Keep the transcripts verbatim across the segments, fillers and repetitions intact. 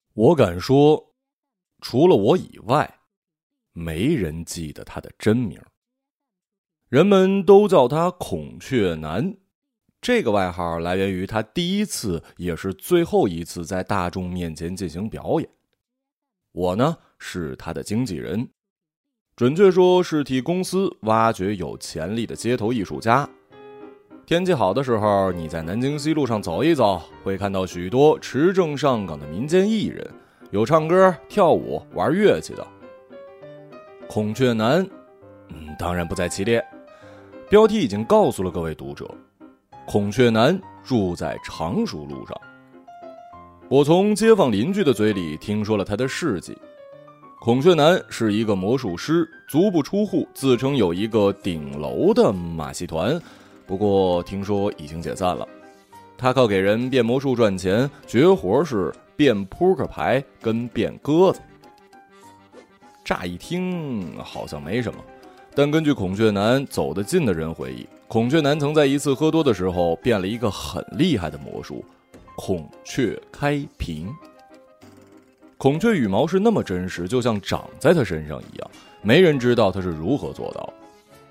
我敢说，除了我以外，没人记得他的真名。人们都叫他孔雀男，这个外号来源于他第一次也是最后一次在大众面前进行表演。我呢，是他的经纪人，准确说是替公司挖掘有潜力的街头艺术家。天气好的时候，你在南京西路上走一走，会看到许多持证上岗的民间艺人，有唱歌、跳舞、玩乐器的。孔雀男，嗯，当然不在其列。标题已经告诉了各位读者，孔雀男住在常熟路上。我从街坊邻居的嘴里听说了他的事迹。孔雀男是一个魔术师，足不出户，自称有一个顶楼的马戏团，不过听说已经解散了。他靠给人变魔术赚钱，绝活是变扑克牌跟变鸽子。乍一听好像没什么，但根据孔雀男走得近的人回忆，孔雀男曾在一次喝多的时候变了一个很厉害的魔术——孔雀开屏。孔雀羽毛是那么真实，就像长在他身上一样，没人知道他是如何做到。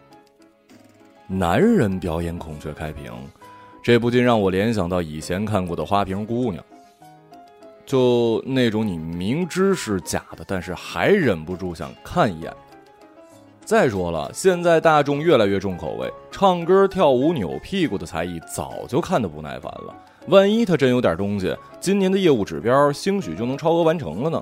男人表演孔雀开屏，这不禁让我联想到以前看过的花瓶姑娘，就那种你明知是假的，但是还忍不住想看一眼。再说了，现在大众越来越重口味，唱歌跳舞扭屁股的才艺早就看得不耐烦了，万一他真有点东西，今年的业务指标兴许就能超额完成了呢。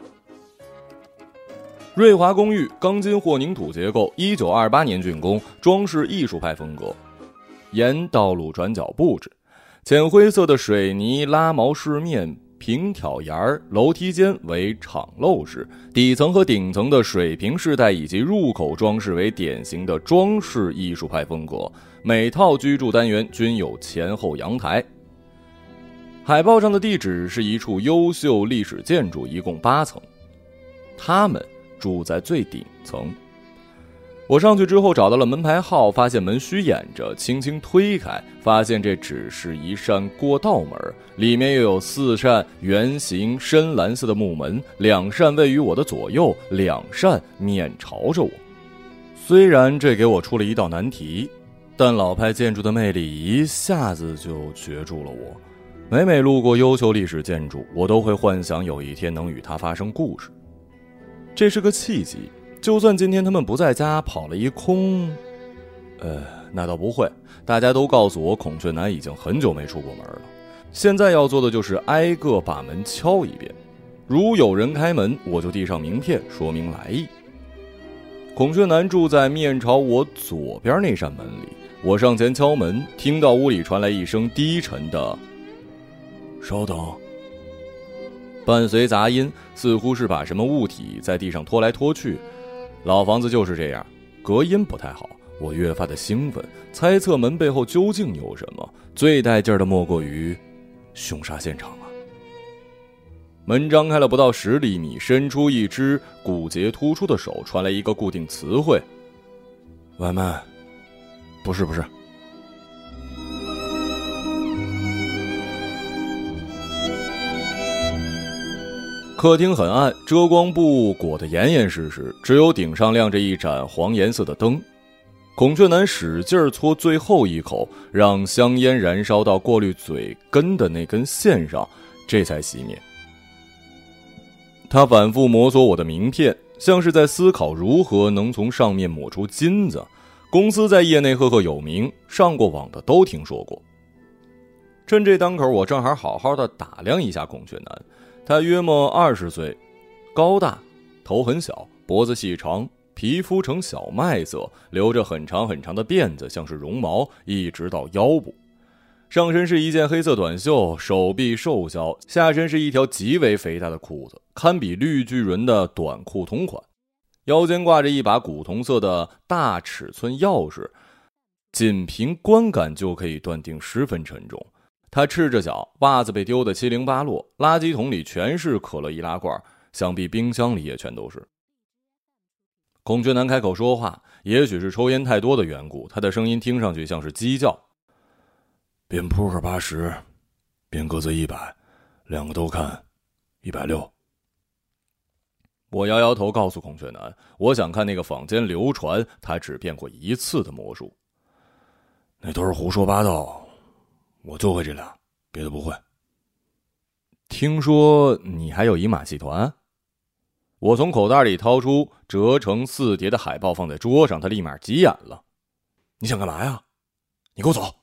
瑞华公寓钢筋混凝土结构，一九二八年竣工，装饰艺术派风格，沿道路转角布置，浅灰色的水泥拉毛饰面，平挑檐，楼梯间为敞漏式，底层和顶层的水平饰带以及入口装饰为典型的装饰艺术派风格，每套居住单元均有前后阳台。海报上的地址是一处优秀历史建筑，一共八层，他们住在最顶层。我上去之后找到了门牌号，发现门虚掩着，轻轻推开，发现这只是一扇过道门，里面又有四扇圆形深蓝色的木门，两扇位于我的左右，两扇面朝着我。虽然这给我出了一道难题，但老派建筑的魅力一下子就攫住了我。每每路过优秀历史建筑，我都会幻想有一天能与它发生故事。这是个契机，就算今天他们不在家，跑了一空，呃，那倒不会。大家都告诉我，孔雀男已经很久没出过门了。现在要做的就是挨个把门敲一遍，如有人开门，我就递上名片，说明来意。孔雀男住在面朝我左边那扇门里，我上前敲门，听到屋里传来一声低沉的“稍等”，伴随杂音，似乎是把什么物体在地上拖来拖去。老房子就是这样，隔音不太好，我越发的兴奋，猜测门背后究竟有什么。最带劲儿的莫过于凶杀现场啊！门张开了不到十厘米，伸出一只骨节突出的手，传来一个固定词汇：外卖。不是不是。客厅很暗，遮光布裹得严严实实，只有顶上亮着一盏黄颜色的灯。孔雀男使劲搓最后一口，让香烟燃烧到过滤嘴根的那根线上，这才熄灭。他反复摩挲我的名片，像是在思考如何能从上面抹出金子。公司在业内赫赫有名，上过网的都听说过。趁这当口，我正好好好的打量一下孔雀男。他约莫二十岁，高大，头很小，脖子细长，皮肤呈小麦色，留着很长很长的辫子，像是绒毛，一直到腰部。上身是一件黑色短袖，手臂瘦小，下身是一条极为肥大的裤子，堪比绿巨人的短裤同款。腰间挂着一把古铜色的大尺寸钥匙，仅凭观感就可以断定十分沉重。他赤着脚，袜子被丢得七零八落，垃圾桶里全是可乐易拉罐，想必冰箱里也全都是。孔雀男开口说话，也许是抽烟太多的缘故，他的声音听上去像是鸡叫。变扑克八十，变鸽子一百，两个都看一百六。 我摇摇头，告诉孔雀男，我想看那个坊间流传他只变过一次的魔术。 那都是胡说八道，我就会这俩，别的不会。 听说你还有一马戏团？我从口袋里掏出折成四叠的海报放在桌上，他立马急眼了。 你想干嘛呀？你给我走！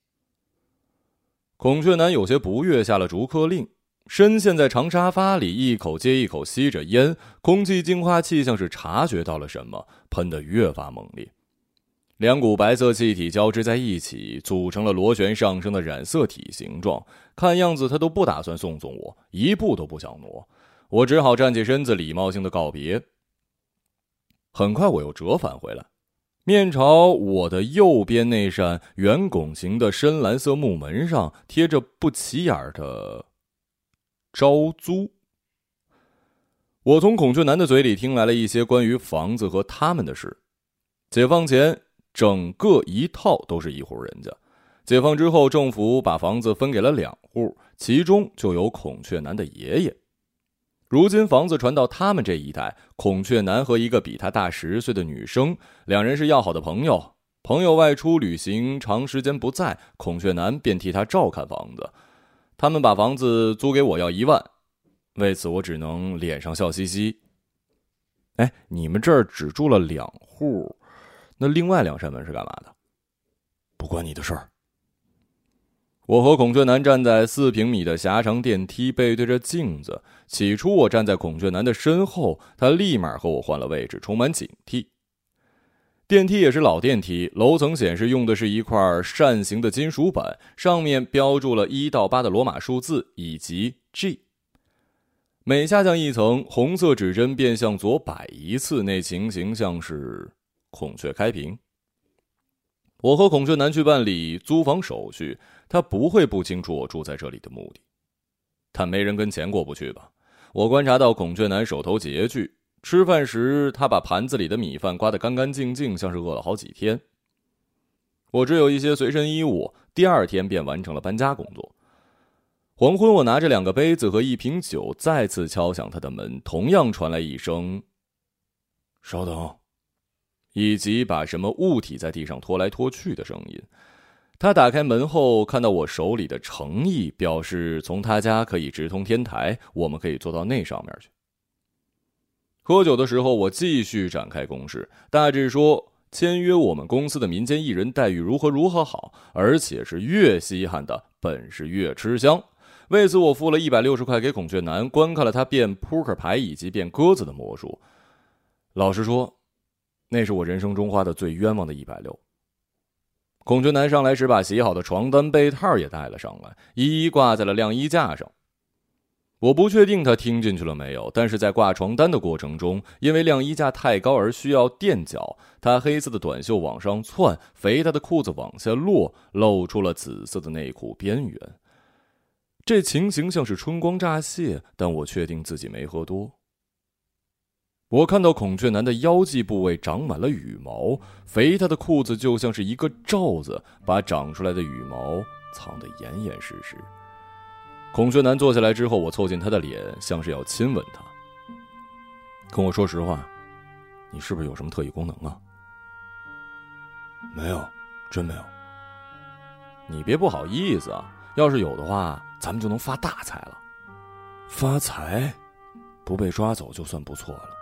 孔雀男有些不悦，下了逐客令。深陷在长沙发里，一口接一口吸着烟，空气净化器像是察觉到了什么，喷得越发猛烈。两股白色气体交织在一起，组成了螺旋上升的染色体形状。看样子他都不打算送送我，一步都不想挪。我只好站起身子，礼貌性的告别。很快我又折返回来，面朝我的右边那扇圆拱形的深蓝色木门上贴着不起眼的招租。我从孔雀男的嘴里听来了一些关于房子和他们的事。解放前整个一套都是一户人家，解放之后政府把房子分给了两户，其中就有孔雀男的爷爷。如今房子传到他们这一代，孔雀男和一个比他大十岁的女生，两人是要好的朋友。朋友外出旅行长时间不在，孔雀男便替他照看房子。他们把房子租给我要一万，为此我只能脸上笑嘻嘻。哎，你们这儿只住了两户，那另外两扇门是干嘛的？ 不关你的事儿。 我和孔雀男站在四平米的狭长电梯，背对着镜子。起初我站在孔雀男的身后，他立马和我换了位置，充满警惕。电梯也是老电梯，楼层显示用的是一块扇形的金属板，上面标注了一到八的罗马数字以及 G。 每下降一层，红色指针便向左摆一次，那情形像是孔雀开屏。我和孔雀男去办理租房手续，他不会不清楚我住在这里的目的。但没人跟钱过不去吧？我观察到孔雀男手头拮据，吃饭时他把盘子里的米饭刮得干干净净，像是饿了好几天。我只有一些随身衣物，第二天便完成了搬家工作。黄昏，我拿着两个杯子和一瓶酒，再次敲响他的门，同样传来一声稍等，以及把什么物体在地上拖来拖去的声音。他打开门后，看到我手里的诚意，表示从他家可以直通天台，我们可以坐到那上面去。喝酒的时候，我继续展开攻势，大致说签约我们公司的民间艺人待遇如何如何好，而且是越稀罕的本是越吃香。为此我付了一百六十块给孔雀男，观看了他变扑克牌以及变鸽子的魔术。老实说，那是我人生中花的最冤枉的一百六。孔雀男上来时把洗好的床单被套也带了上来，一一挂在了晾衣架上。我不确定他听进去了没有，但是在挂床单的过程中，因为晾衣架太高而需要垫脚，他黑色的短袖往上窜，肥大的裤子往下落，露出了紫色的内裤边缘。这情形像是春光乍泄，但我确定自己没喝多。我看到孔雀男的腰际部位长满了羽毛，肥大的裤子就像是一个罩子，把长出来的羽毛藏得严严实实。孔雀男坐下来之后，我凑近他的脸，像是要亲吻他。跟我说实话，你是不是有什么特异功能啊？ 没有，真没有。 你别不好意思啊，要是有的话，咱们就能发大财了。 发财？不被抓走就算不错了。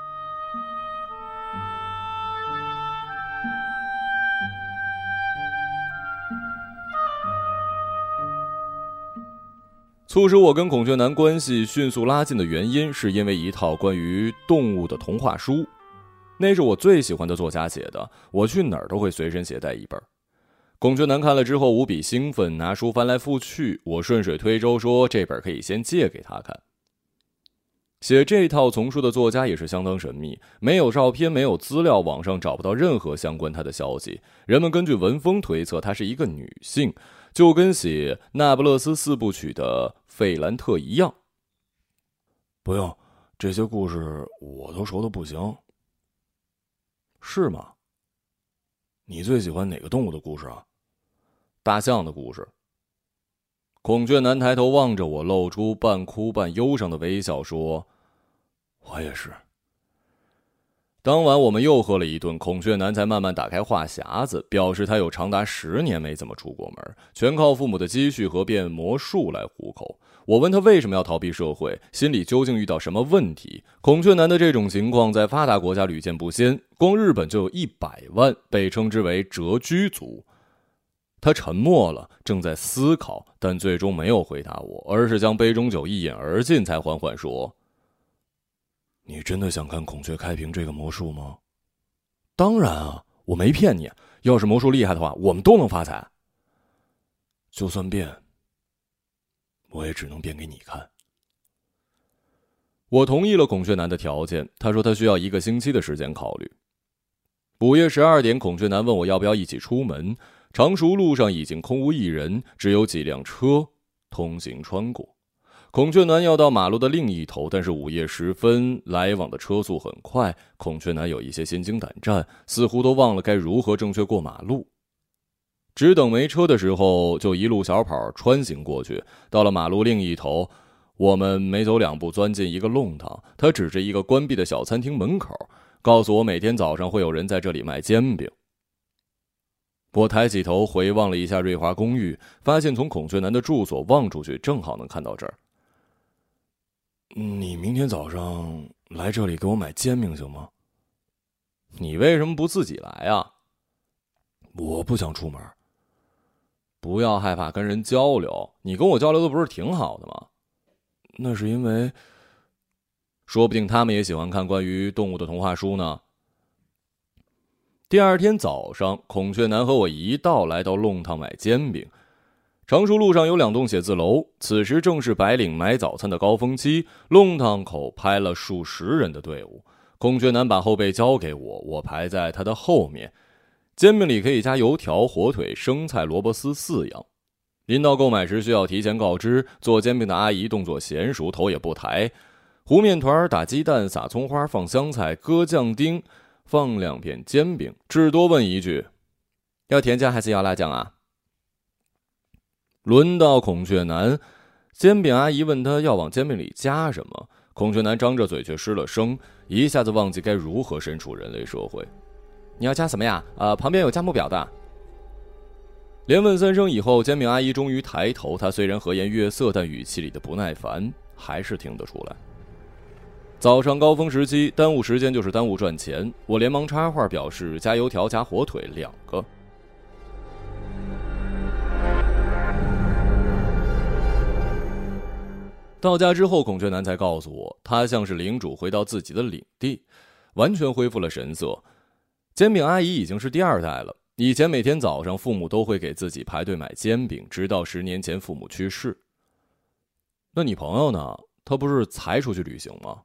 促使我跟孔雀男关系迅速拉近的原因，是因为一套关于动物的童话书，那是我最喜欢的作家写的，我去哪儿都会随身携带一本。孔雀男看了之后无比兴奋，拿书翻来覆去，我顺水推舟说这本可以先借给他看。写这套丛书的作家也是相当神秘，没有照片，没有资料，网上找不到任何相关他的消息。人们根据文风推测她是一个女性，就跟写《那不勒斯四部曲》的费兰特一样。 不用，这些故事我都熟得不行。 是吗？ 你最喜欢哪个动物的故事啊？ 大象的故事。孔雀男抬头望着我，露出半哭半忧伤的微笑，说： 我也是。 当晚我们又喝了一顿，孔雀男才慢慢打开话匣子，表示他有长达十年没怎么出过门，全靠父母的积蓄和变魔术来糊口。我问他为什么要逃避社会，心里究竟遇到什么问题。孔雀男的这种情况在发达国家屡见不鲜，光日本就有一百万，被称之为谪居族。他沉默了，正在思考，但最终没有回答我，而是将杯中酒一饮而尽，才缓缓说： 你真的想看孔雀开屏这个魔术吗？ 当然啊，我没骗你，要是魔术厉害的话，我们都能发财。 就算变，我也只能变给你看。 我同意了孔雀男的条件，他说他需要一个星期的时间考虑。午夜十二点，孔雀男问我要不要一起出门。常熟路上已经空无一人，只有几辆车通行穿过。孔雀男要到马路的另一头，但是午夜时分，来往的车速很快，孔雀男有一些心惊胆战，似乎都忘了该如何正确过马路。只等没车的时候，就一路小跑穿行过去。到了马路另一头，我们没走两步钻进一个弄堂，他指着一个关闭的小餐厅门口，告诉我每天早上会有人在这里卖煎饼。我抬起头回望了一下瑞华公寓，发现从孔雀男的住所望出去，正好能看到这儿。 你明天早上来这里给我买煎饼行吗？ 你为什么不自己来啊？ 我不想出门。 不要害怕跟人交流，你跟我交流的不是挺好的吗？ 那是因为， 说不定他们也喜欢看关于动物的童话书呢。第二天早上，孔雀男和我一道来到弄堂买煎饼。常熟路上有两栋写字楼，此时正是白领买早餐的高峰期，弄堂口排了数十人的队伍。孔雀男把后背交给我，我排在他的后面。煎饼里可以加油条、火腿、生菜、萝卜丝四样。临到购买时需要提前告知，做煎饼的阿姨动作娴熟，头也不抬。糊面团、打鸡蛋、撒葱花、放香菜、搁酱丁，放两片煎饼，至多问一句：要甜酱还是要辣酱啊？轮到孔雀男，煎饼阿姨问他要往煎饼里加什么，孔雀男张着嘴却失了声，一下子忘记该如何身处人类社会。你要加什么呀？呃，旁边有价目表的。连问三声以后，煎饼阿姨终于抬头，她虽然和颜悦色，但语气里的不耐烦还是听得出来。早上高峰时期，耽误时间就是耽误赚钱，我连忙插话表示加油条加火腿两个。到家之后，孔雀男才告诉我，他像是领主回到自己的领地，完全恢复了神色。煎饼阿姨已经是第二代了，以前每天早上父母都会给自己排队买煎饼，直到十年前父母去世。那你朋友呢？他不是才出去旅行吗？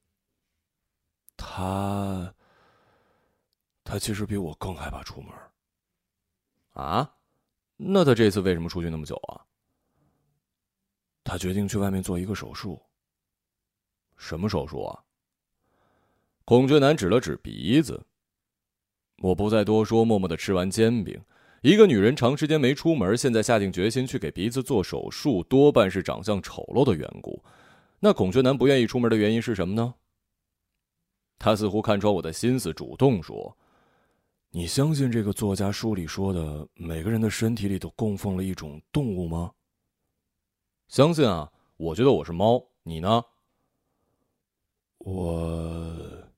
他他其实比我更害怕出门。 啊？那他这次为什么出去那么久啊？ 他决定去外面做一个手术。 什么手术啊？孔雀男指了指鼻子。我不再多说，默默地吃完煎饼。一个女人长时间没出门，现在下定决心去给鼻子做手术，多半是长相丑陋的缘故。那孔雀男不愿意出门的原因是什么呢？他似乎看穿我的心思，主动说： 你相信这个作家书里说的每个人的身体里都供奉了一种动物吗？ 相信啊，我觉得我是猫，你呢？ 我……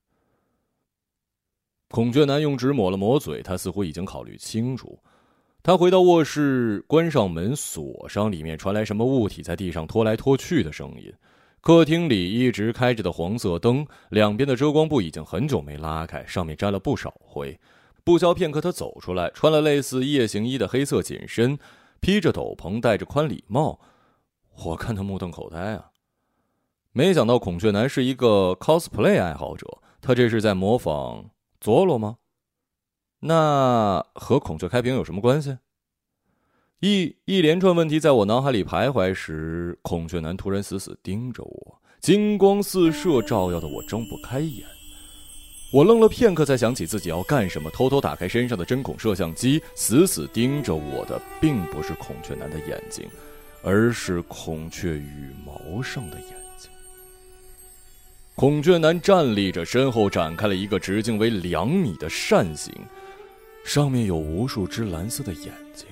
孔雀男用纸抹了抹嘴，他似乎已经考虑清楚。他回到卧室，关上门，锁上，里面传来什么物体在地上拖来拖去的声音。客厅里一直开着的黄色灯，两边的遮光布已经很久没拉开，上面沾了不少灰。不消片刻，他走出来，穿了类似夜行衣的黑色紧身，披着斗篷，戴着宽礼帽。我看他目瞪口呆啊！没想到孔雀男是一个 cosplay 爱好者，他这是在模仿佐罗吗？那和孔雀开屏有什么关系？一一连串问题在我脑海里徘徊时，孔雀男突然死死盯着我，金光四射，照耀的我睁不开眼。我愣了片刻，才想起自己要干什么，偷偷打开身上的针孔摄像机，死死盯着我的并不是孔雀男的眼睛，而是孔雀羽毛上的眼睛。 孔雀男站立着，身后展开了一个直径为两米的扇形，上面有无数只蓝色的眼睛。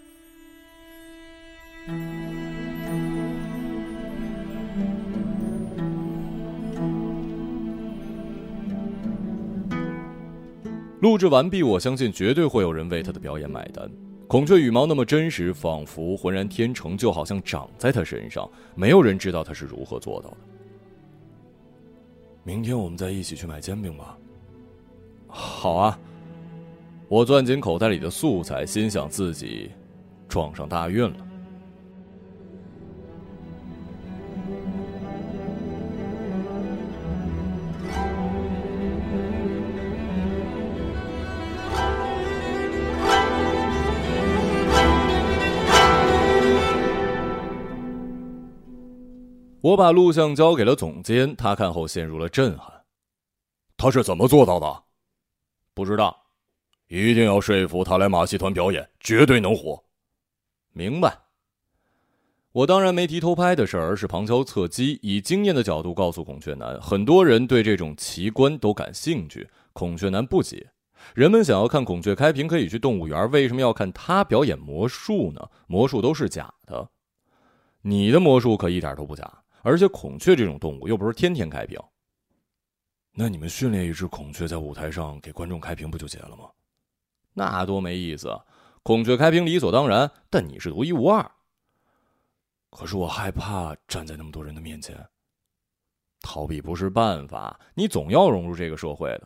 录制完毕，我相信绝对会有人为他的表演买单。孔雀羽毛那么真实，仿佛浑然天成，就好像长在他身上，没有人知道他是如何做到的。 明天我们再一起去买煎饼吧。 好啊。我攥紧口袋里的素材，心想自己撞上大运了。我把录像交给了总监，他看后陷入了震撼。 他是怎么做到的？ 不知道。 一定要说服他来马戏团表演，绝对能火。 明白。我当然没提偷拍的事儿，而是旁敲侧击，以经验的角度告诉孔雀男，很多人对这种奇观都感兴趣。孔雀男不解，人们想要看孔雀开屏可以去动物园，为什么要看他表演魔术呢？魔术都是假的。你的魔术可一点都不假，而且孔雀这种动物又不是天天开屏。 那你们训练一只孔雀在舞台上给观众开屏不就结了吗？ 那多没意思。孔雀开屏理所当然，但你是独一无二。 可是我害怕站在那么多人的面前。 逃避不是办法，你总要融入这个社会的。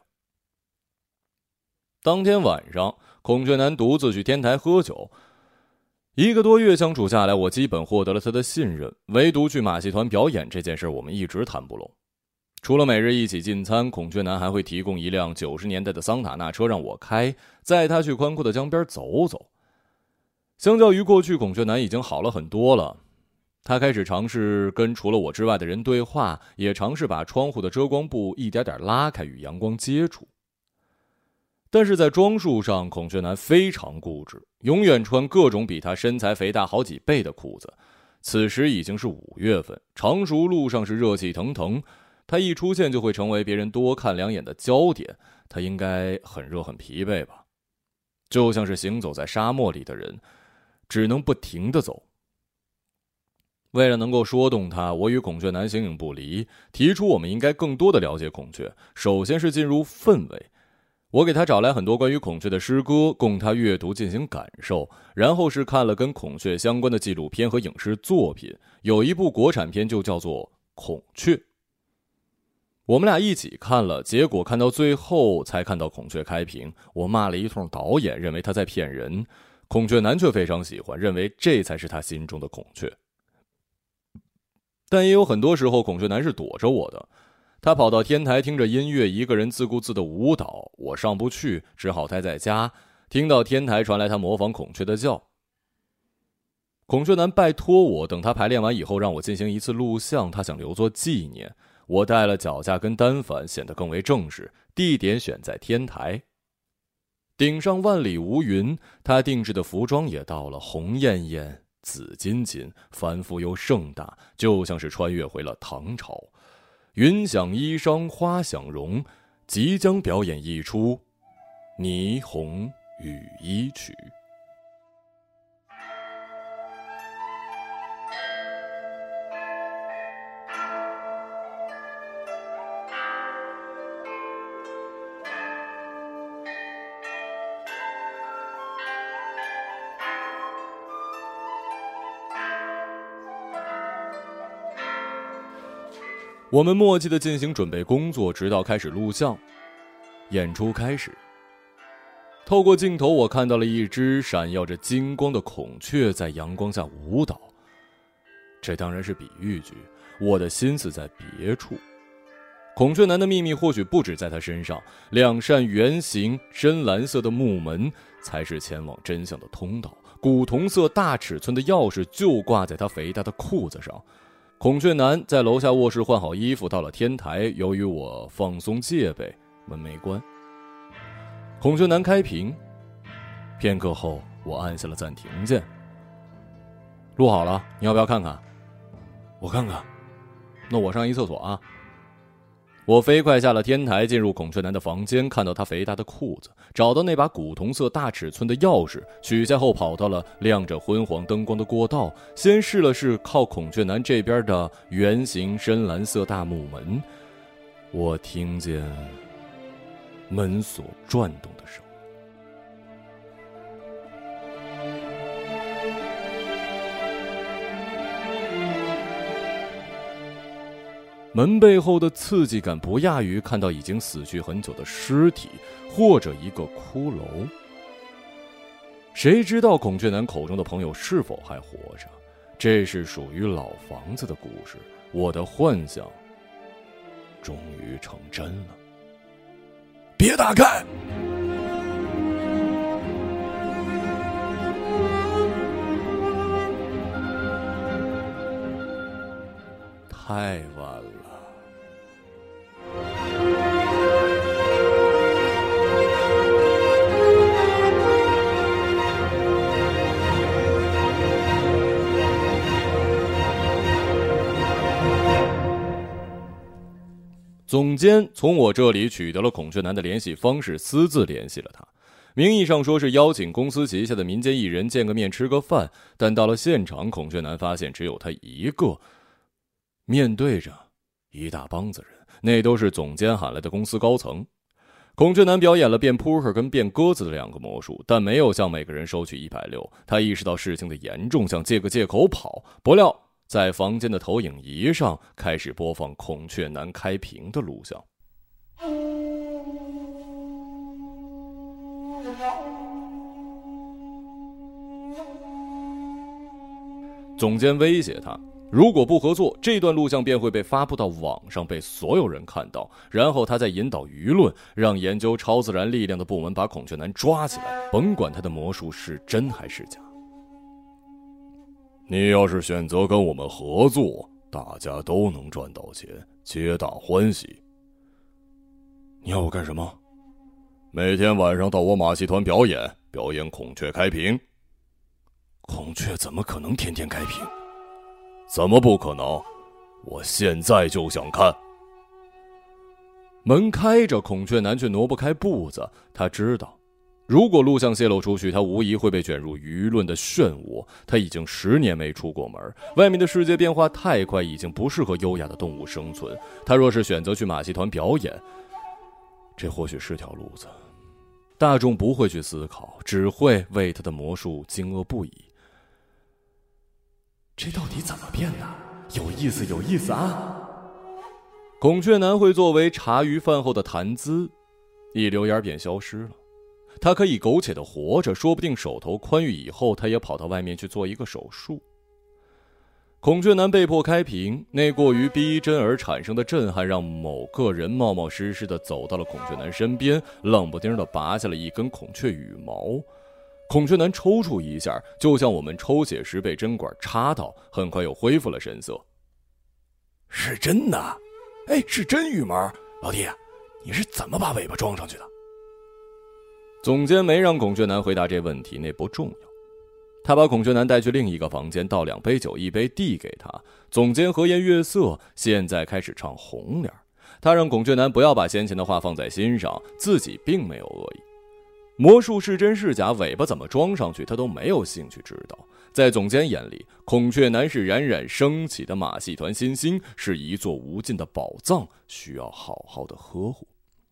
当天晚上，孔雀男独自去天台喝酒。一个多月相处下来，我基本获得了他的信任，唯独去马戏团表演这件事我们一直谈不拢。除了每日一起进餐，孔雀男还会提供一辆九十年代的桑塔纳车让我开，载他去宽阔的江边走走。相较于过去，孔雀男已经好了很多了。他开始尝试跟除了我之外的人对话，也尝试把窗户的遮光布一点点拉开，与阳光接触。但是在装束上，孔雀男非常固执，永远穿各种比他身材肥大好几倍的裤子。此时已经是五月份，常熟路上是热气腾腾，他一出现就会成为别人多看两眼的焦点。他应该很热很疲惫吧，就像是行走在沙漠里的人，只能不停地走。为了能够说动他，我与孔雀男形影不离，提出我们应该更多的了解孔雀。首先是进入氛围，我给他找来很多关于孔雀的诗歌，供他阅读进行感受。然后是看了跟孔雀相关的纪录片和影视作品，有一部国产片就叫做《孔雀》。我们俩一起看了，结果看到最后才看到孔雀开屏，我骂了一通导演，认为他在骗人。孔雀男却非常喜欢，认为这才是他心中的孔雀。但也有很多时候，孔雀男是躲着我的。他跑到天台听着音乐，一个人自顾自的舞蹈，我上不去，只好待在家，听到天台传来他模仿孔雀的叫。孔雀男拜托我，等他排练完以后让我进行一次录像，他想留作纪念。我带了脚架跟单反，显得更为正式，地点选在天台。顶上万里无云，他定制的服装也到了，红艳艳，紫金金，繁复又盛大，就像是穿越回了唐朝。云想衣裳花想容，即将表演一出霓虹羽衣曲。我们默契地进行准备工作，直到开始录像。演出开始，透过镜头我看到了一只闪耀着金光的孔雀在阳光下舞蹈。这当然是比喻句，我的心思在别处。孔雀男的秘密或许不止在他身上，两扇圆形深蓝色的木门才是前往真相的通道，古铜色大尺寸的钥匙就挂在他肥大的裤子上。孔雀男在楼下卧室换好衣服，到了天台，由于我放松戒备，门没关。孔雀男开屏，片刻后我按下了暂停键。录好了，你要不要看看？ 我看看。 那我上一厕所啊。 我飞快下了天台，进入孔雀男的房间，看到他肥大的裤子，找到那把古铜色大尺寸的钥匙，取下后跑到了亮着昏黄灯光的过道，先试了试靠孔雀男这边的圆形深蓝色大木门。我听见门锁转动的声音。门背后的刺激感不亚于看到已经死去很久的尸体，或者一个骷髅。谁知道孔雀男口中的朋友是否还活着？这是属于老房子的故事，我的幻想终于成真了。 别打开！ 太晚了。总监从我这里取得了孔雀男的联系方式，私自联系了他。名义上说是邀请公司旗下的民间艺人见个面吃个饭，但到了现场，孔雀男发现只有他一个。面对着一大帮子人，那都是总监喊来的公司高层。孔雀男表演了变扑克跟变鸽子的两个魔术，但没有向每个人收取一百六。他意识到事情的严重，想借个借口跑，不料在房间的投影仪上开始播放孔雀男开屏的录像。总监威胁他，如果不合作，这段录像便会被发布到网上，被所有人看到，然后他再引导舆论，让研究超自然力量的部门把孔雀男抓起来，甭管他的魔术是真还是假。 你要是选择跟我们合作，大家都能赚到钱，皆大欢喜。 你要我干什么？ 每天晚上到我马戏团表演，表演孔雀开屏。 孔雀怎么可能天天开屏？ 怎么不可能？我现在就想看。 门开着，孔雀男却挪不开步子。他知道，如果录像泄露出去，他无疑会被卷入舆论的漩涡。他已经十年没出过门，外面的世界变化太快，已经不适合优雅的动物生存。他若是选择去马戏团表演，这或许是条路子。大众不会去思考，只会为他的魔术惊愕不已。这到底怎么变的？有意思，有意思啊！孔雀男会作为茶余饭后的谈资，一溜烟便消失了。他可以苟且的活着，说不定手头宽裕以后，他也跑到外面去做一个手术。孔雀男被迫开屏，那过于逼真而产生的震撼，让某个人冒冒失失地走到了孔雀男身边，冷不丁地拔下了一根孔雀羽毛。孔雀男抽搐一下，就像我们抽血时被针管插到，很快又恢复了神色。 是真的？哎，是真羽毛。老弟，你是怎么把尾巴装上去的？ 总监没让孔雀男回答这问题，那不重要。他把孔雀男带去另一个房间，倒两杯酒，一杯递给他。总监和颜悦色，现在开始唱红脸。他让孔雀男不要把先前的话放在心上，自己并没有恶意。魔术是真是假，尾巴怎么装上去，他都没有兴趣知道。在总监眼里，孔雀男是冉冉升起的马戏团新星，是一座无尽的宝藏，需要好好的呵护。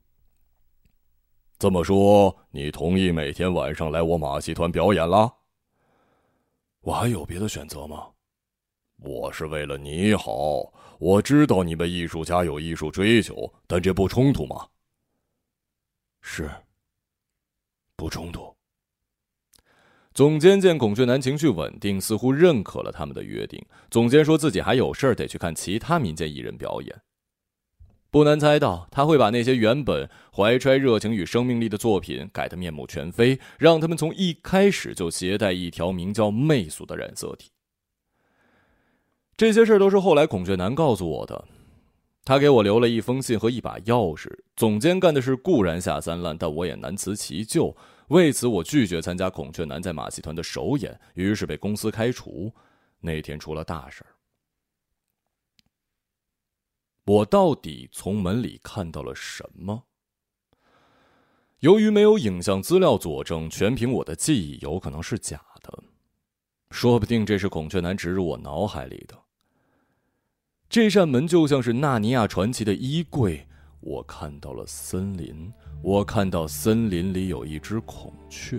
这么说，你同意每天晚上来我马戏团表演了？ 我还有别的选择吗？ 我是为了你好，我知道你们艺术家有艺术追求，但这不冲突吗？ 是，不冲突。总监见孔雀男情绪稳定，似乎认可了他们的约定。总监说自己还有事儿，得去看其他民间艺人表演。不难猜到，他会把那些原本怀揣热情与生命力的作品改得面目全非，让他们从一开始就携带一条名叫媚俗的染色体。这些事都是后来孔雀男告诉我的。他给我留了一封信和一把钥匙。总监干的事固然下三滥，但我也难辞其咎。为此，我拒绝参加孔雀男在马戏团的首演，于是被公司开除。那天出了大事儿。 我到底从门里看到了什么？由于没有影像资料佐证，全凭我的记忆有可能是假的，说不定这是孔雀男植入我脑海里的。这扇门就像是纳尼亚传奇的衣柜，我看到了森林，我看到森林里有一只孔雀。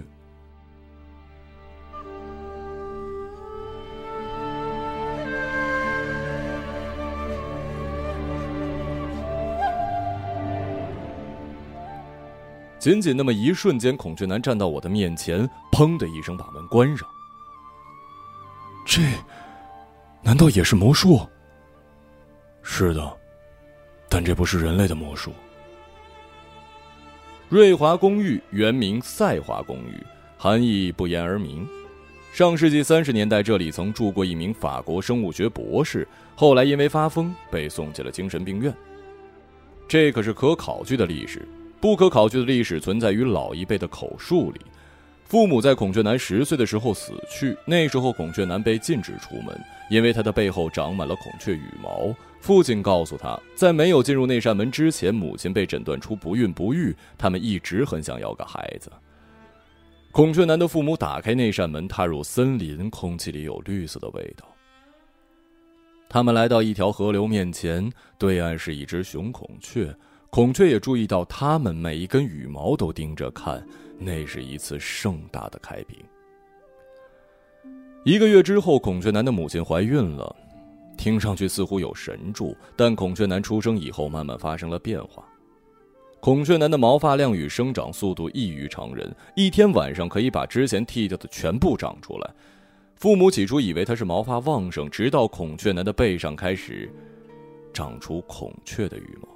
仅仅那么一瞬间，孔雀男站到我的面前，砰的一声把门关上。 这难道也是魔术？是的，但这不是人类的魔术。 瑞华公寓原名赛华公寓，含义不言而明。上世纪三十年代，这里曾住过一名法国生物学博士，后来因为发疯被送进了精神病院。这可是可考据的历史。不可考据的历史存在于老一辈的口述里。父母在孔雀男十岁的时候死去，那时候孔雀男被禁止出门，因为他的背后长满了孔雀羽毛。父亲告诉他，在没有进入那扇门之前，母亲被诊断出不孕不育，他们一直很想要个孩子。孔雀男的父母打开那扇门，踏入森林，空气里有绿色的味道。他们来到一条河流面前，对岸是一只雄孔雀，孔雀也注意到他们，每一根羽毛都盯着看，那是一次盛大的开屏。一个月之后，孔雀男的母亲怀孕了，听上去似乎有神助，但孔雀男出生以后慢慢发生了变化。孔雀男的毛发量与生长速度异于常人，一天晚上可以把之前剃掉的全部长出来。父母起初以为他是毛发旺盛，直到孔雀男的背上开始长出孔雀的羽毛。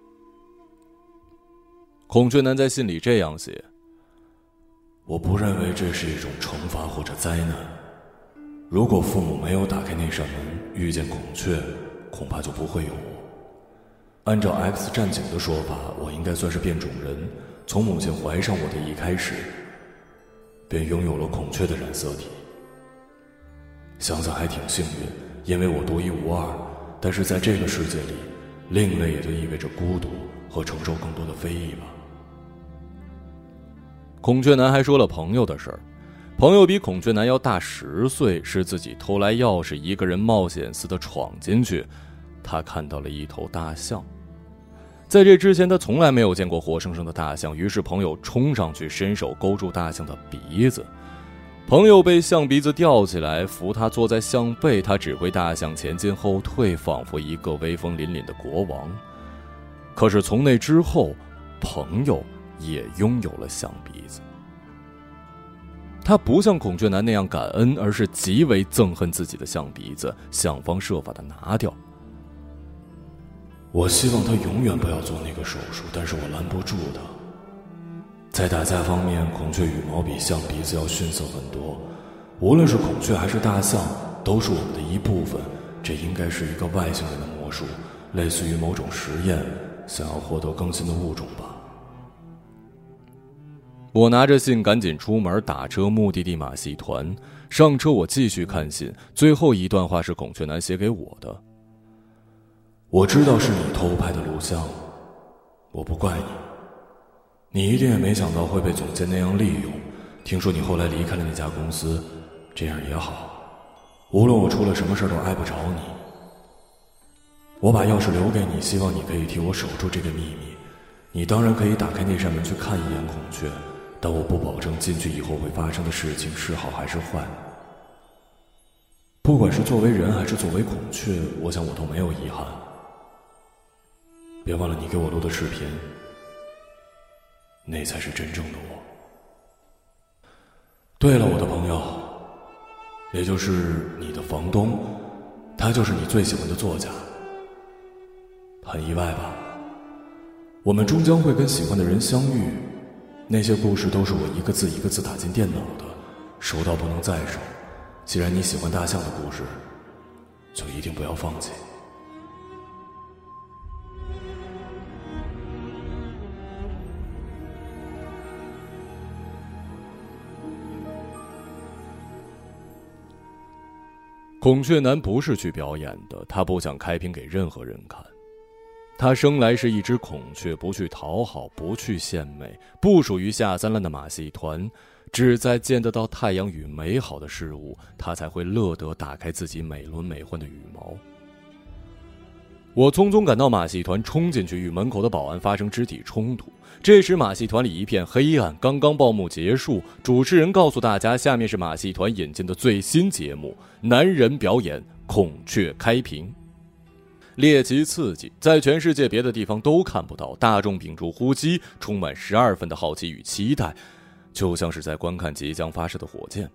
孔雀男在信里这样写： 我不认为这是一种惩罚或者灾难。如果父母没有打开那扇门，遇见孔雀，恐怕就不会有我。按照 X 战警的说法，我应该算是变种人，从母亲怀上我的一开始，便拥有了孔雀的染色体。想想还挺幸运，因为我独一无二，但是在这个世界里，另类也就意味着孤独和承受更多的非议吧。 孔雀男还说了朋友的事儿，朋友比孔雀男要大十岁，是自己偷来钥匙，一个人冒险似的闯进去。他看到了一头大象，在这之前他从来没有见过活生生的大象，于是朋友冲上去，伸手勾住大象的鼻子。朋友被象鼻子吊起来，扶他坐在象背，他指挥大象前进后退，仿佛一个威风凛凛的国王。可是从那之后，朋友也拥有了象鼻子。他不像孔雀男那样感恩，而是极为憎恨自己的象鼻子，想方设法的拿掉。 我希望他永远不要做那个手术，但是我拦不住他。在打架方面，孔雀羽毛比象鼻子要逊色很多。无论是孔雀还是大象，都是我们的一部分。这应该是一个外星人的魔术，类似于某种实验，想要获得更新的物种吧。 我拿着信赶紧出门，打车目的地马戏团。上车我继续看信，最后一段话是孔雀男写给我的： 我知道是你偷拍的录像，我不怪你。你一定也没想到会被总监那样利用，听说你后来离开了那家公司，这样也好，无论我出了什么事都碍不着你。我把钥匙留给你，希望你可以替我守住这个秘密。你当然可以打开那扇门去看一眼孔雀，但我不保证进去以后会发生的事情是好还是坏。不管是作为人还是作为孔雀，我想我都没有遗憾。别忘了你给我录的视频，那才是真正的我。对了，我的朋友，也就是你的房东，他就是你最喜欢的作家。很意外吧？我们终将会跟喜欢的人相遇，那些故事都是我一个字一个字打进电脑的，熟到不能再熟。既然你喜欢大象的故事，就一定不要放弃。 孔雀男不是去表演的，他不想开屏给任何人看。 他生来是一只孔雀，不去讨好，不去献媚，不属于下三滥的马戏团，只在见得到太阳与美好的事物，他才会乐得打开自己美轮美奂的羽毛。我匆匆赶到马戏团，冲进去与门口的保安发生肢体冲突。这时马戏团里一片黑暗，刚刚报幕结束，主持人告诉大家，下面是马戏团引进的最新节目——男人表演孔雀开屏。猎奇刺激，在全世界别的地方都看不到，大众屏住呼吸，充满十二分的好奇与期待，就像是在观看即将发射的火箭。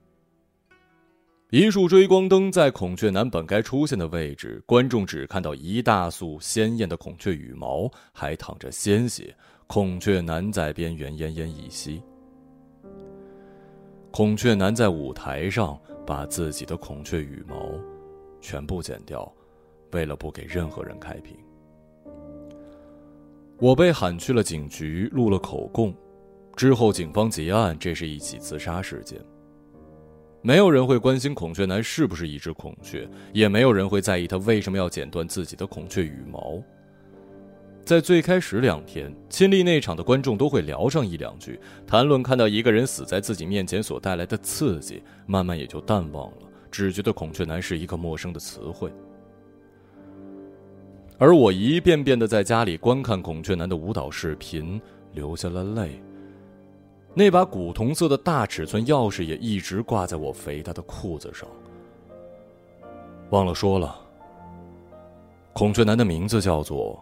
一束追光灯在孔雀男本该出现的位置，观众只看到一大束鲜艳的孔雀羽毛，还淌着鲜血，孔雀男在边缘奄奄一息。孔雀男在舞台上把自己的孔雀羽毛全部剪掉，为了不给任何人开屏。我被喊去了警局，录了口供，之后警方结案，这是一起自杀事件。没有人会关心孔雀男是不是一只孔雀，也没有人会在意他为什么要剪断自己的孔雀羽毛。在最开始两天，亲历那场的观众都会聊上一两句，谈论看到一个人死在自己面前所带来的刺激，慢慢也就淡忘了，只觉得孔雀男是一个陌生的词汇。而我一遍遍地在家里观看孔雀男的舞蹈视频，流下了泪。那把古铜色的大尺寸钥匙也一直挂在我肥大的裤子上。忘了说了，孔雀男的名字叫做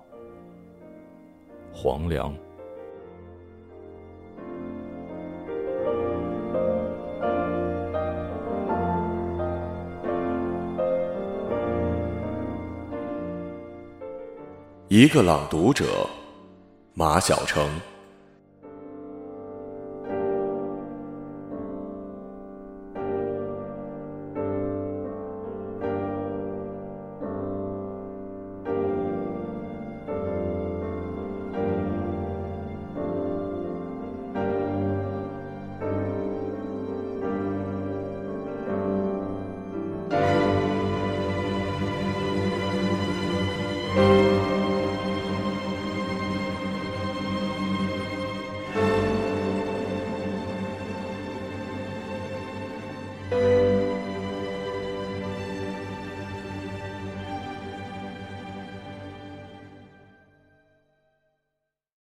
黄粱。 一个朗读者，马晓成。